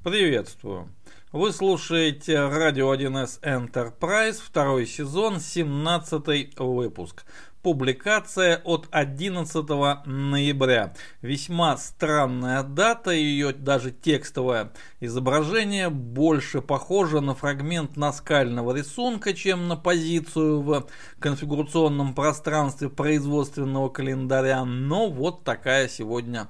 Приветствую! Вы слушаете радио 1С Enterprise, второй сезон, 17 выпуск. Публикация от 11 ноября. Весьма странная дата, ее даже текстовое изображение больше похоже на фрагмент наскального рисунка, чем на позицию в конфигурационном пространстве производственного календаря. Но вот такая сегодня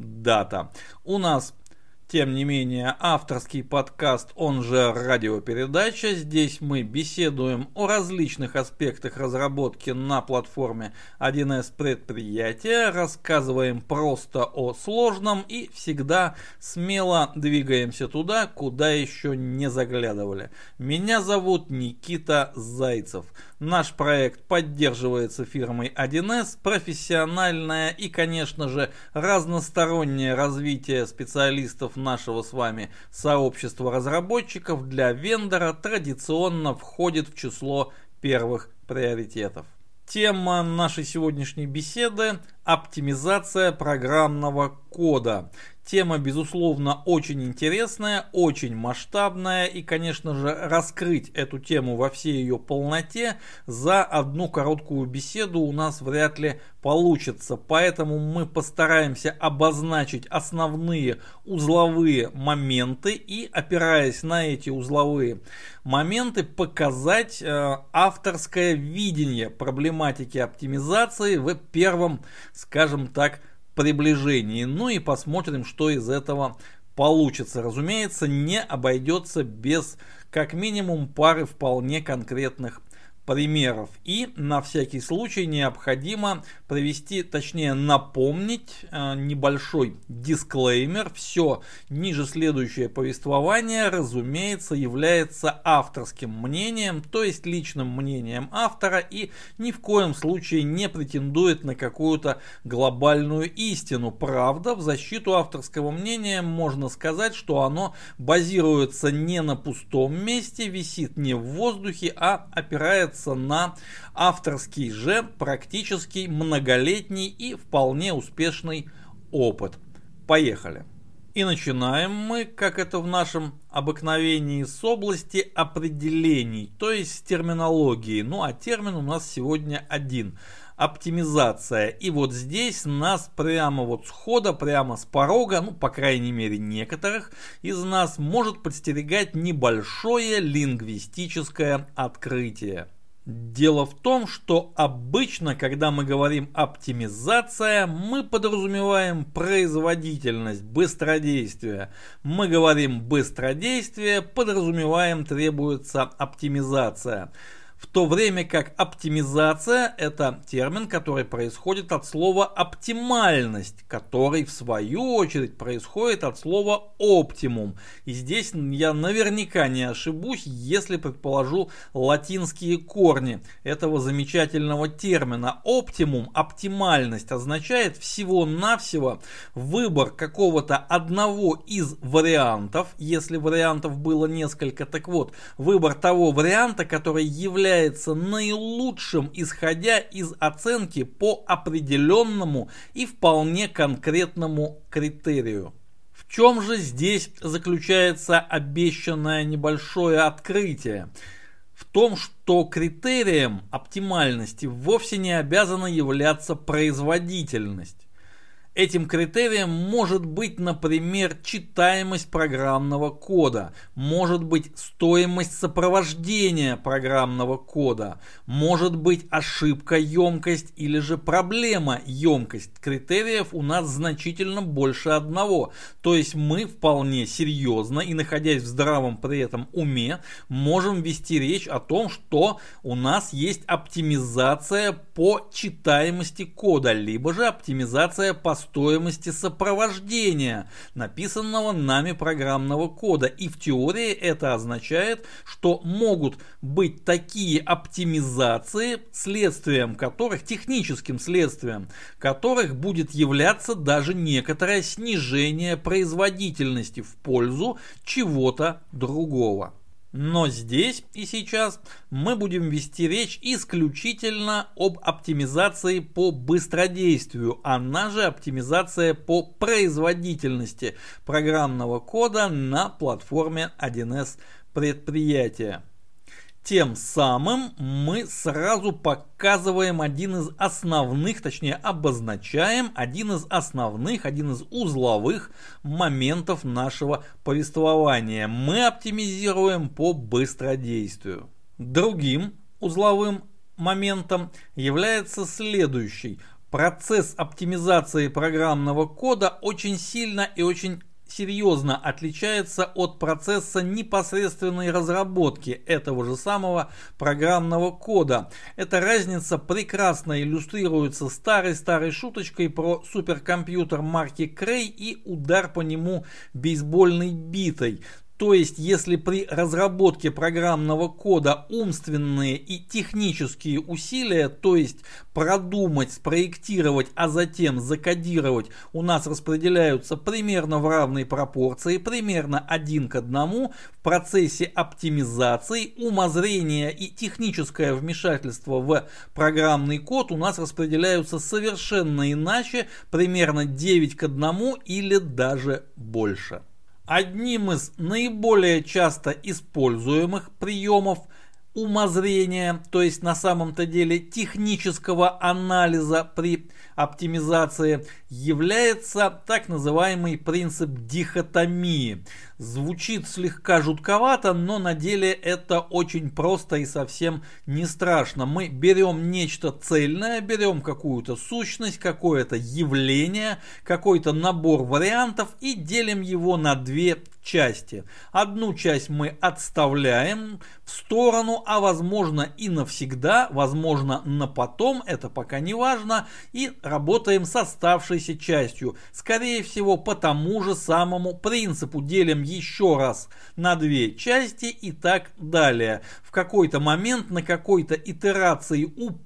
дата. У нас, тем не менее, авторский подкаст, он же радиопередача. Здесь мы беседуем о различных аспектах разработки на платформе 1С предприятия, рассказываем просто о сложном и всегда смело двигаемся туда, куда еще не заглядывали. Меня зовут Никита Зайцев. Наш проект поддерживается фирмой 1С, профессиональное и, конечно же, разностороннее развитие специалистов нашего с вами сообщества разработчиков для вендора традиционно входит в число первых приоритетов. Тема нашей сегодняшней беседы – оптимизация программного кода. Тема, безусловно, очень интересная, очень масштабная, и, конечно же, раскрыть эту тему во всей ее полноте за одну короткую беседу у нас вряд ли получится. Поэтому мы постараемся обозначить основные узловые моменты и, опираясь на эти узловые моменты, показать авторское видение проблематики оптимизации в первом, скажем так, приближении. Ну и посмотрим, что из этого получится. Разумеется, не обойдется без как минимум пары вполне конкретных примеров. И на всякий случай необходимо привести, точнее напомнить небольшой дисклеймер. Все ниже следующее повествование, разумеется, является авторским мнением, то есть личным мнением автора, и ни в коем случае не претендует на какую-то глобальную истину. Правда, в защиту авторского мнения можно сказать, что оно базируется не на пустом месте, висит не в воздухе, а опирается на авторский же практически многолетний и вполне успешный опыт. Поехали! И начинаем мы, как это в нашем обыкновении, с области определений, то есть с терминологии. Ну а термин у нас сегодня один – оптимизация. И вот здесь нас прямо вот схода, прямо с порога, ну по крайней мере некоторых из нас, может подстерегать небольшое лингвистическое открытие. Дело в том, что обычно, когда мы говорим оптимизация, мы подразумеваем производительность, быстродействие. Мы говорим быстродействие, подразумеваем требуется оптимизация. В то время как оптимизация – это термин, который происходит от слова оптимальность, который в свою очередь происходит от слова оптимум. И здесь я наверняка не ошибусь, если предположу латинские корни этого замечательного термина. Оптимум, оптимальность означает всего-навсего выбор какого-то одного из вариантов, если вариантов было несколько, так вот, выбор того варианта, который является наилучшим, исходя из оценки по определенному и вполне конкретному критерию. В чем же здесь заключается обещанное небольшое открытие? В том, что критерием оптимальности вовсе не обязана являться производительность. Этим критерием может быть, например, читаемость программного кода, может быть стоимость сопровождения программного кода, может быть ошибка-емкость или же проблема-емкость. Критериев у нас значительно больше одного. То есть мы вполне серьезно и находясь в здравом при этом уме можем вести речь о том, что у нас есть оптимизация по читаемости кода, либо же оптимизация по стоимости сопровождения написанного нами программного кода. И в теории это означает, что могут быть такие оптимизации, следствием которых, техническим следствием которых будет являться даже некоторое снижение производительности в пользу чего-то другого. Но здесь и сейчас мы будем вести речь исключительно об оптимизации по быстродействию, она же оптимизация по производительности программного кода на платформе 1С предприятия. Тем самым мы сразу показываем один из основных, точнее обозначаем один из основных, один из узловых моментов нашего повествования. Мы оптимизируем по быстродействию. Другим узловым моментом является следующий. Процесс оптимизации программного кода очень сильно и очень серьезно отличается от процесса непосредственной разработки этого же самого программного кода. Эта разница прекрасно иллюстрируется старой шуточкой про суперкомпьютер марки Cray и удар по нему бейсбольной битой. То есть, если при разработке программного кода умственные и технические усилия, то есть продумать, спроектировать, а затем закодировать, у нас распределяются примерно в равной пропорции, примерно 1 к 1, в процессе оптимизации умозрение и техническое вмешательство в программный код у нас распределяются совершенно иначе, примерно 9 к 1 или даже больше. Одним из наиболее часто используемых приемов умозрения, то есть на самом-то деле технического анализа при оптимизации, является так называемый принцип дихотомии. Звучит слегка жутковато, но на деле это очень просто и совсем не страшно. Мы берем нечто цельное, берем какую-то сущность, какое-то явление, какой-то набор вариантов и делим его на две части. Одну часть мы отставляем в сторону, а возможно и навсегда, возможно на потом, это пока не важно, и работаем с оставшейся частью. Скорее всего, по тому же самому принципу делим еще раз на две части и так далее. В какой-то момент, на какой-то итерации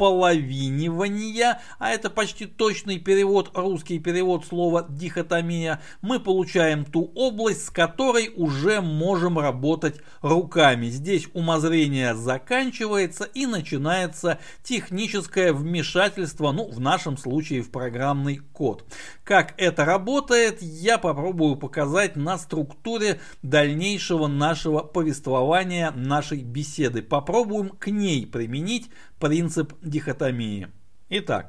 уполовинивания, а это почти точный перевод, русский перевод слова дихотомия, мы получаем ту область, с которой уже можем работать руками. Здесь умозрение заканчивается и начинается техническое вмешательство, в нашем случае в программный код. Как это работает, я попробую показать на структуре дальнейшего нашего повествования, нашей беседы. Попробуем к ней применить принцип дихотомии. Итак,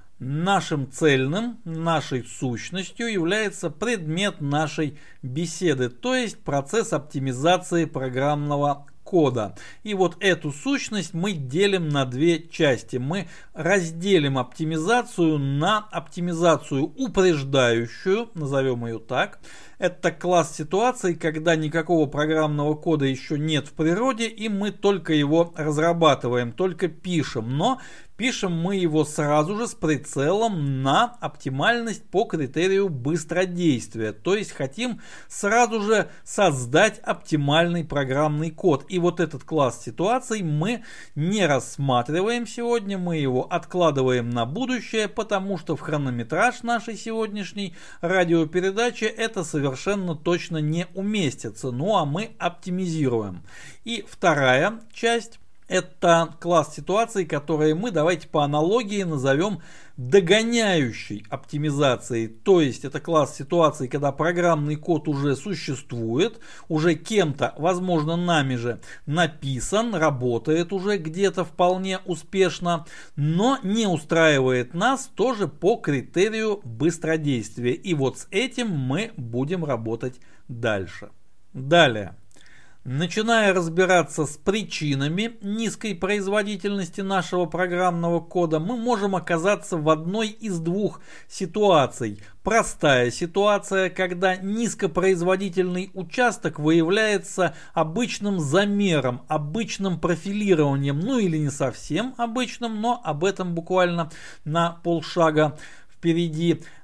нашим цельным, нашей сущностью является предмет нашей беседы, то есть процесс оптимизации программного кода. И вот эту сущность мы делим на две части. Мы разделим оптимизацию на оптимизацию упреждающую, назовем ее так. Это класс ситуаций, когда никакого программного кода еще нет в природе, и мы только его разрабатываем, только пишем. Но пишем мы его сразу же с прицелом на оптимальность по критерию быстродействия. То есть хотим сразу же создать оптимальный программный код. И вот этот класс ситуаций мы не рассматриваем сегодня, мы его откладываем на будущее, потому что в хронометраж нашей сегодняшней радиопередачи это совершенно точно не уместится. Ну а мы оптимизируем. И вторая часть. Это класс ситуаций, которые мы, давайте по аналогии назовем догоняющей оптимизацией. То есть это класс ситуаций, когда программный код уже существует, уже кем-то, возможно нами же, написан, работает уже где-то вполне успешно, но не устраивает нас тоже по критерию быстродействия. И вот с этим мы будем работать дальше. Далее. Начиная разбираться с причинами низкой производительности нашего программного кода, мы можем оказаться в одной из двух ситуаций. Простая ситуация, когда низкопроизводительный участок выявляется обычным замером, обычным профилированием, или не совсем обычным, но об этом буквально на полшага впереди.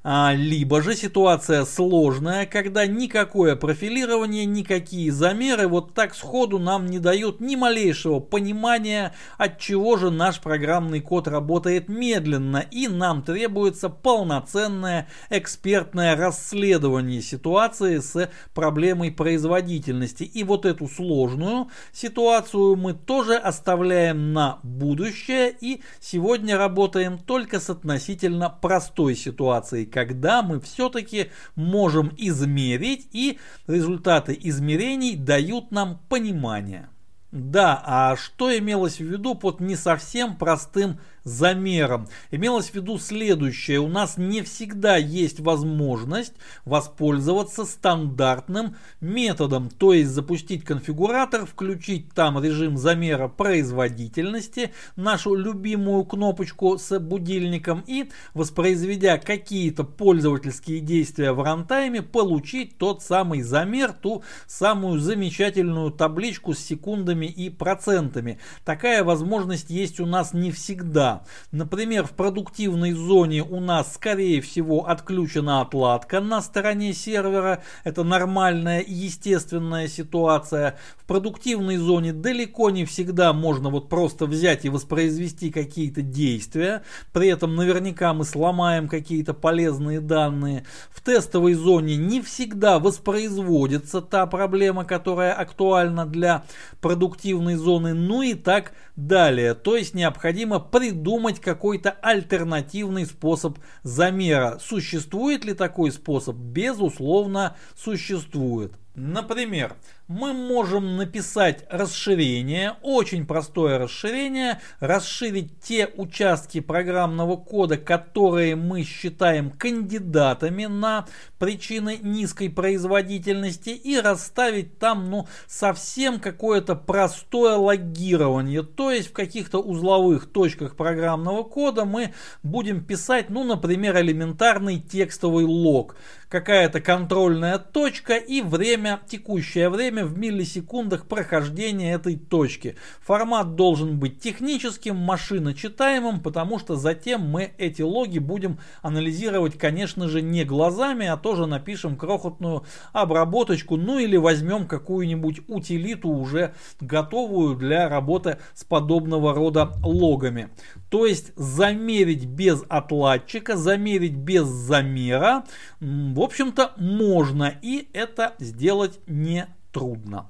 Либо же ситуация сложная, когда никакое профилирование, никакие замеры вот так сходу нам не дают ни малейшего понимания, от чего же наш программный код работает медленно, и нам требуется полноценное экспертное расследование ситуации с проблемой производительности. И вот эту сложную ситуацию мы тоже оставляем на будущее, и сегодня работаем только с относительно простой ситуацией, когда мы все-таки можем измерить, и результаты измерений дают нам понимание. Да, а что имелось в виду под не совсем простым замером? Имелось в виду следующее: у нас не всегда есть возможность воспользоваться стандартным методом, то есть запустить конфигуратор, включить там режим замера производительности, нашу любимую кнопочку с будильником, и, воспроизведя какие-то пользовательские действия в рантайме, получить тот самый замер, ту самую замечательную табличку с секундами и процентами. Такая возможность есть у нас не всегда. Например, в продуктивной зоне у нас, скорее всего, отключена отладка на стороне сервера. Это нормальная и естественная ситуация. В продуктивной зоне далеко не всегда можно вот просто взять и воспроизвести какие-то действия. При этом наверняка мы сломаем какие-то полезные данные. В тестовой зоне не всегда воспроизводится та проблема, которая актуальна для продуктивной зоны, ну и так далее. То есть необходимо придумать какой-то альтернативный способ замера. Существует ли такой способ? Безусловно, существует. Например, мы можем написать расширение, очень простое расширение, расширить те участки программного кода, которые мы считаем кандидатами на причины низкой производительности, и расставить там совсем какое-то простое логирование. То есть в каких-то узловых точках программного кода мы будем писать, например, элементарный текстовый лог. Какая-то контрольная точка и время, текущее время в миллисекундах прохождения этой точки. Формат должен быть техническим, машиночитаемым, потому что затем мы эти логи будем анализировать, конечно же, не глазами, а тоже напишем крохотную обработочку, или возьмем какую-нибудь утилиту, уже готовую для работы с подобного рода логами. То есть замерить без отладчика, замерить без замера, в общем-то, можно, и это сделать не трудно.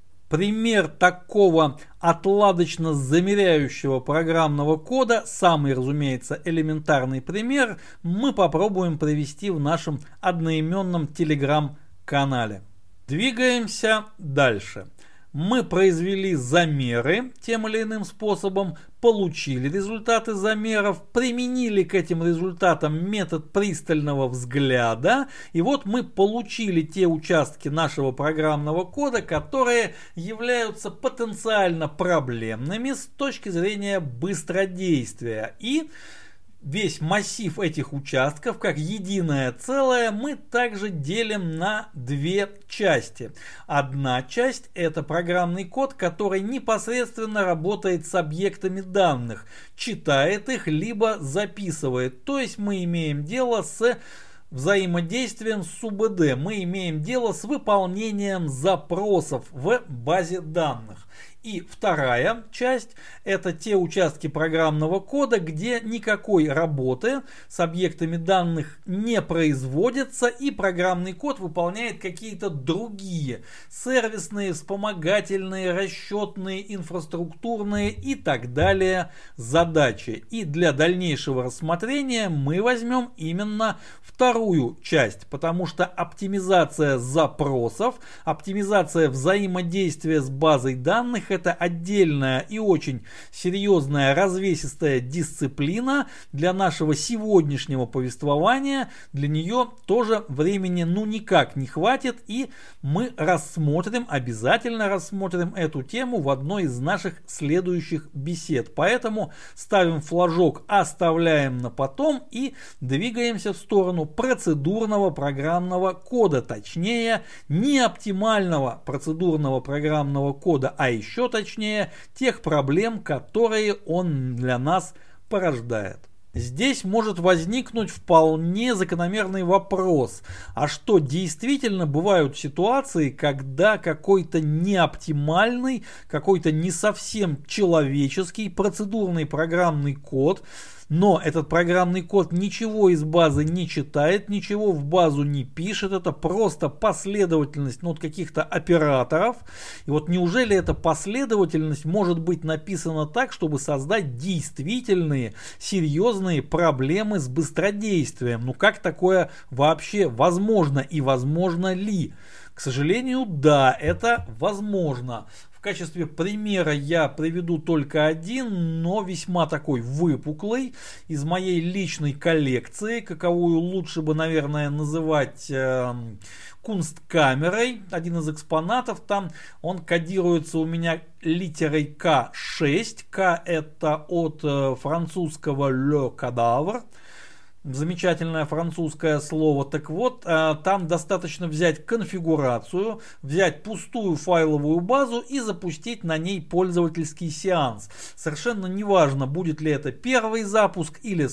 Пример такого отладочно замеряющего программного кода, самый, разумеется, элементарный пример, мы попробуем привести в нашем одноименном телеграм-канале. Двигаемся дальше. Мы произвели замеры тем или иным способом, получили результаты замеров, применили к этим результатам метод пристального взгляда, и вот мы получили те участки нашего программного кода, которые являются потенциально проблемными с точки зрения быстродействия. И весь массив этих участков, как единое целое, мы также делим на две части. Одна часть — это программный код, который непосредственно работает с объектами данных, читает их, либо записывает. То есть мы имеем дело с взаимодействием с СУБД, мы имеем дело с выполнением запросов в базе данных. И вторая часть — это те участки программного кода, где никакой работы с объектами данных не производится, и программный код выполняет какие-то другие сервисные, вспомогательные, расчетные, инфраструктурные и так далее задачи. И для дальнейшего рассмотрения мы возьмем именно вторую часть, потому что оптимизация запросов, оптимизация взаимодействия с базой данных — это отдельная и очень серьезная развесистая дисциплина для нашего сегодняшнего повествования. Для нее тоже времени никак не хватит, и мы обязательно рассмотрим эту тему в одной из наших следующих бесед. Поэтому ставим флажок, оставляем на потом и двигаемся в сторону процедурного программного кода, точнее не оптимального процедурного программного кода, а еще точнее тех проблем, которые он для нас порождает. Здесь может возникнуть вполне закономерный вопрос, а что действительно бывают ситуации, когда какой-то неоптимальный, какой-то не совсем человеческий процедурный программный код, но этот программный код ничего из базы не читает, ничего в базу не пишет, это просто последовательность каких-то операторов. И вот неужели эта последовательность может быть написана так, чтобы создать действительные, серьезные проблемы с быстродействием? Как такое вообще возможно и возможно ли? К сожалению, да, это возможно. В качестве примера я приведу только один, но весьма такой выпуклый, из моей личной коллекции, каковую лучше бы, наверное, называть кунсткамерой. Один из экспонатов там, он кодируется у меня литерой К6. К это от французского le cadavre. Замечательное французское слово. Так вот, там достаточно взять конфигурацию, взять пустую файловую базу и запустить на ней пользовательский сеанс. Совершенно неважно, будет ли это первый запуск или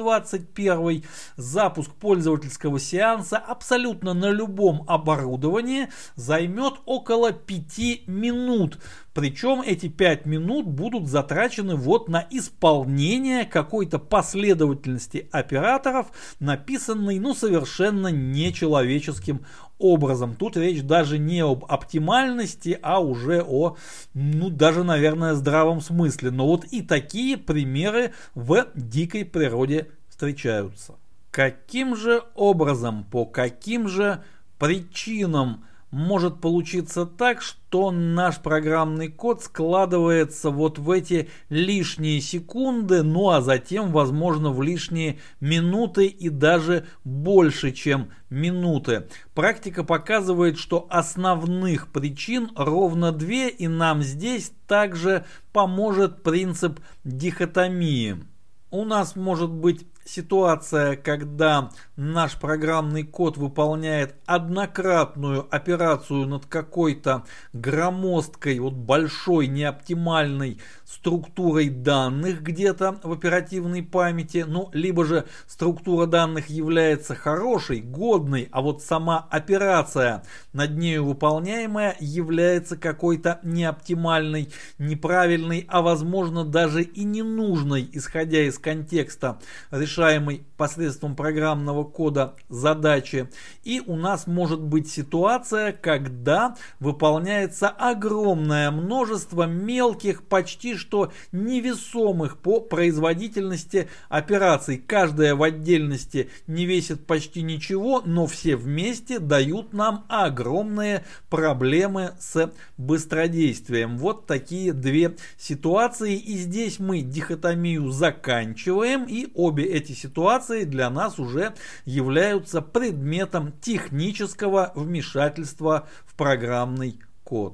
121 запуск пользовательского сеанса, абсолютно на любом оборудовании займет около 5 минут. Причем эти 5 минут будут затрачены на исполнение какой-то последовательности операторов, написанной совершенно нечеловеческим образом. Тут речь даже не об оптимальности, а уже о, даже, наверное, здравом смысле. Но и такие примеры в дикой природе встречаются. Каким же образом, по каким же причинам может получиться так, что наш программный код складывается в эти лишние секунды, а затем, возможно, в лишние минуты и даже больше, чем минуты. Практика показывает, что основных причин ровно 2, и нам здесь также поможет принцип дихотомии. У нас может быть ситуация, когда наш программный код выполняет однократную операцию над какой-то громоздкой, большой неоптимальной структурой данных где-то в оперативной памяти, либо же структура данных является хорошей, годной, а сама операция над нею выполняемая является какой-то неоптимальной, неправильной, а возможно даже и ненужной, исходя из контекста решаемой посредством программного кода задачи. И у нас может быть ситуация, когда выполняется огромное множество мелких, почти что невесомых по производительности операций. Каждая в отдельности не весит почти ничего, но все вместе дают нам огромные проблемы с быстродействием. Вот такие 2 ситуации. И здесь мы дихотомию заканчиваем, и обе эти ситуации для нас уже являются предметом технического вмешательства в программный код.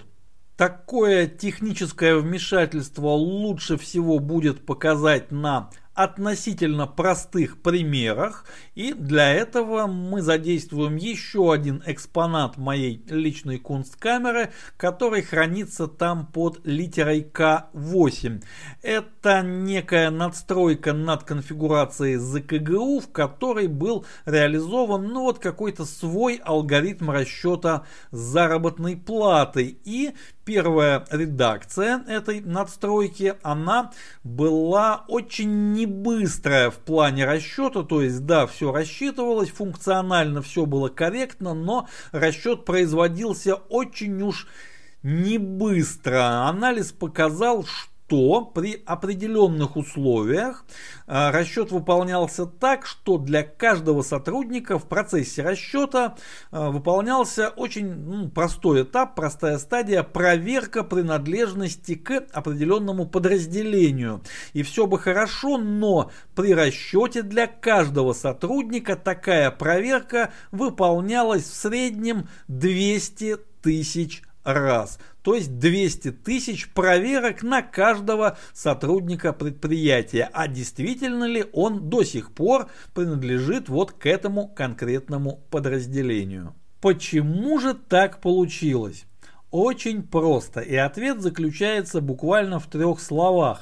Такое техническое вмешательство лучше всего будет показать на относительно простых примерах, и для этого мы задействуем еще один экспонат моей личной кунсткамеры, который хранится там под литерой К8. Это некая надстройка над конфигурацией ЗКГУ, в которой был реализован какой-то свой алгоритм расчета заработной платы. И первая редакция этой надстройки, она была очень небыстрая в плане расчета, то есть да, все рассчитывалось, функционально все было корректно, но расчет производился очень уж не быстро. Анализ показал, что при определенных условиях расчет выполнялся так, что для каждого сотрудника в процессе расчета выполнялся очень простой этап, простая стадия, проверка принадлежности к определенному подразделению. И все бы хорошо, но при расчете для каждого сотрудника такая проверка выполнялась в среднем 200 тысяч раз. То есть 200 тысяч проверок на каждого сотрудника предприятия. А действительно ли он до сих пор принадлежит к этому конкретному подразделению? Почему же так получилось? Очень просто. И ответ заключается буквально в 3 словах.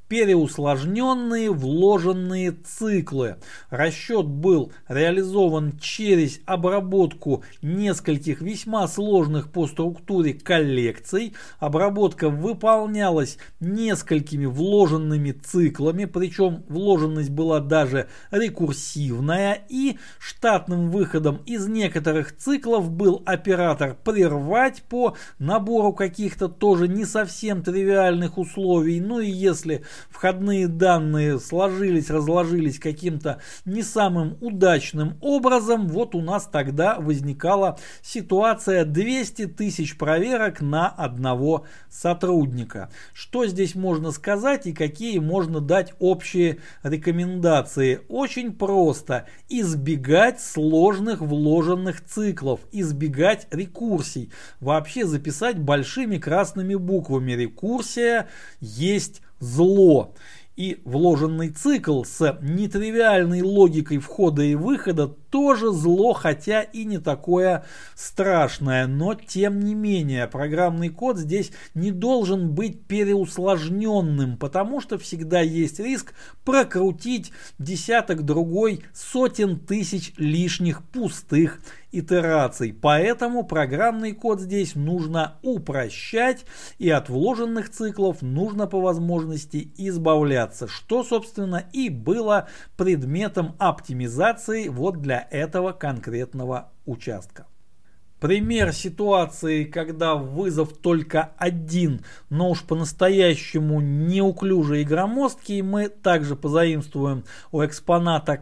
переусложненные вложенные циклы. Расчет был реализован через обработку нескольких весьма сложных по структуре коллекций. Обработка выполнялась несколькими вложенными циклами, причем вложенность была даже рекурсивная, и штатным выходом из некоторых циклов был оператор прервать по набору каких-то тоже не совсем тривиальных условий. Ну и если входные данные сложились, разложились каким-то не самым удачным образом, вот у нас тогда возникала ситуация 200 тысяч проверок на одного сотрудника. Что здесь можно сказать и какие можно дать общие рекомендации? Очень просто. Избегать сложных вложенных циклов, избегать рекурсий. Вообще записать большими красными буквами: рекурсия есть зло. И вложенный цикл с нетривиальной логикой входа и выхода тоже зло, хотя и не такое страшное. Но тем не менее, программный код здесь не должен быть переусложненным, потому что всегда есть риск прокрутить десяток другой сотен тысяч лишних пустых итераций. Поэтому программный код здесь нужно упрощать, и от вложенных циклов нужно по возможности избавляться, что, собственно, и было предметом оптимизации вот для этого конкретного участка. Пример ситуации, когда вызов только один, но уж по-настоящему неуклюжий и громоздкий, мы также позаимствуем у экспоната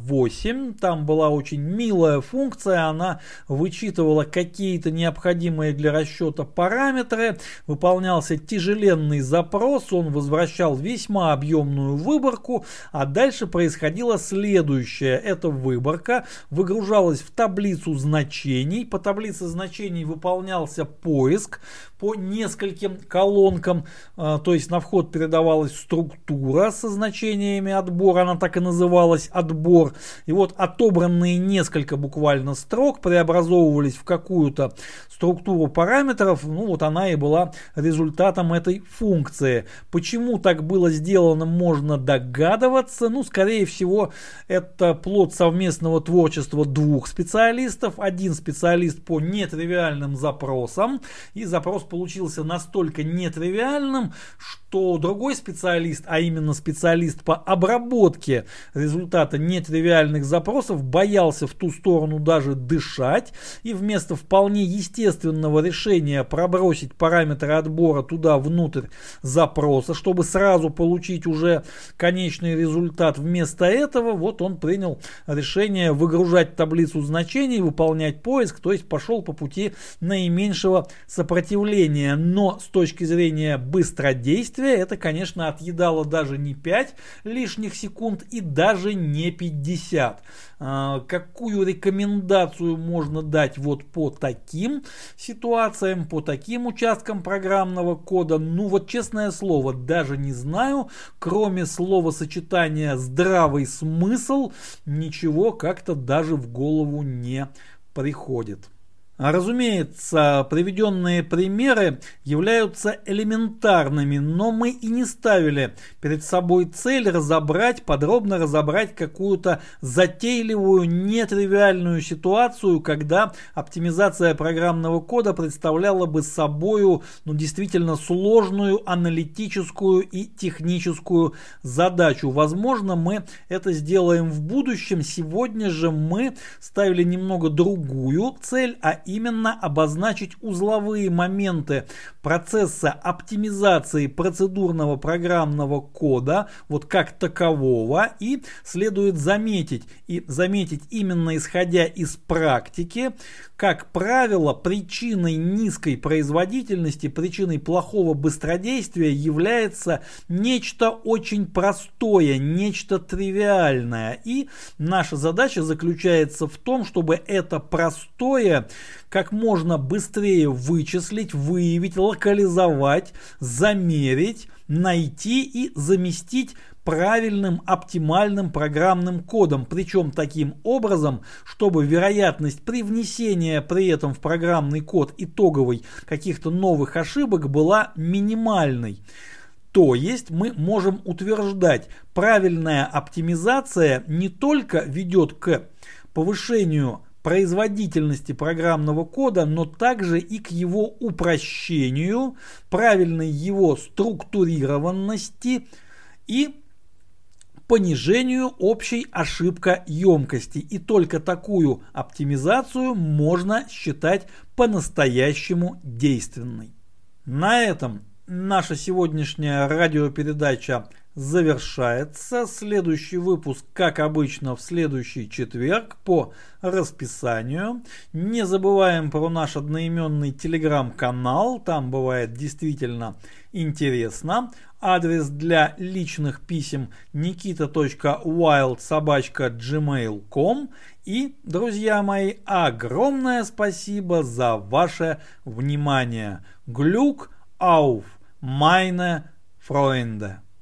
К8. Там была очень милая функция, она вычитывала какие-то необходимые для расчета параметры, выполнялся тяжеленный запрос, он возвращал весьма объемную выборку, а дальше происходило следующее. Эта выборка выгружалась в таблицу значений, по таблице значений выполнялся поиск по нескольким колонкам, то есть на вход передавалась структура со значениями отбора, она так и называлась отбор, и вот отобранные несколько буквально строк преобразовывались в какую-то структуру параметров, ну вот она и была результатом этой функции. Почему так было сделано, можно догадываться, ну скорее всего это плод совместного творчества двух специалистов, один специалист по нетривиальным запросам, и запрос получился настолько нетривиальным, что другой специалист, а именно специалист по обработке результата нетривиальных запросов, боялся в ту сторону даже дышать, и вместо вполне естественного решения пробросить параметры отбора туда внутрь запроса, чтобы сразу получить уже конечный результат, вместо этого вот он принял решение выгружать таблицу значений, выполнять поиск, то есть пошел по пути наименьшего сопротивления. Но с точки зрения быстродействия это, конечно, отъедало даже не 5 лишних секунд и даже не 50. Какую рекомендацию можно дать вот по таким ситуациям, по таким участкам программного кода? Ну вот честное слово, даже не знаю. Кроме словосочетания «здравый смысл» ничего как-то даже в голову не приходит. Разумеется, приведенные примеры являются элементарными, но мы и не ставили перед собой цель подробно разобрать какую-то затейливую, нетривиальную ситуацию, когда оптимизация программного кода представляла бы собою действительно сложную аналитическую и техническую задачу. Возможно, мы это сделаем в будущем. Сегодня же мы ставили немного другую цель, а именно обозначить узловые моменты процесса оптимизации процедурного программного кода, вот как такового, и следует заметить именно исходя из практики, как правило, причиной низкой производительности, причиной плохого быстродействия является нечто очень простое, нечто тривиальное. И наша задача заключается в том, чтобы это простое как можно быстрее вычислить, выявить, локализовать, замерить, найти и заместить правильным оптимальным программным кодом, причем таким образом, чтобы вероятность привнесения при этом в программный код итоговый каких-то новых ошибок была минимальной. То есть мы можем утверждать, правильная оптимизация не только ведет к повышению производительности программного кода, но также и к его упрощению, правильной его структурированности и понижению общей ошибкоемкости. И только такую оптимизацию можно считать по-настоящему действенной. На этом наша сегодняшняя радиопередача завершается. Следующий выпуск, как обычно, в следующий четверг по расписанию. Не забываем про наш одноименный телеграм-канал. Там бывает действительно интересно. Адрес для личных писем nikita.wild@gmail.com. И, друзья мои, огромное спасибо за ваше внимание. Glück auf, meine Freunde!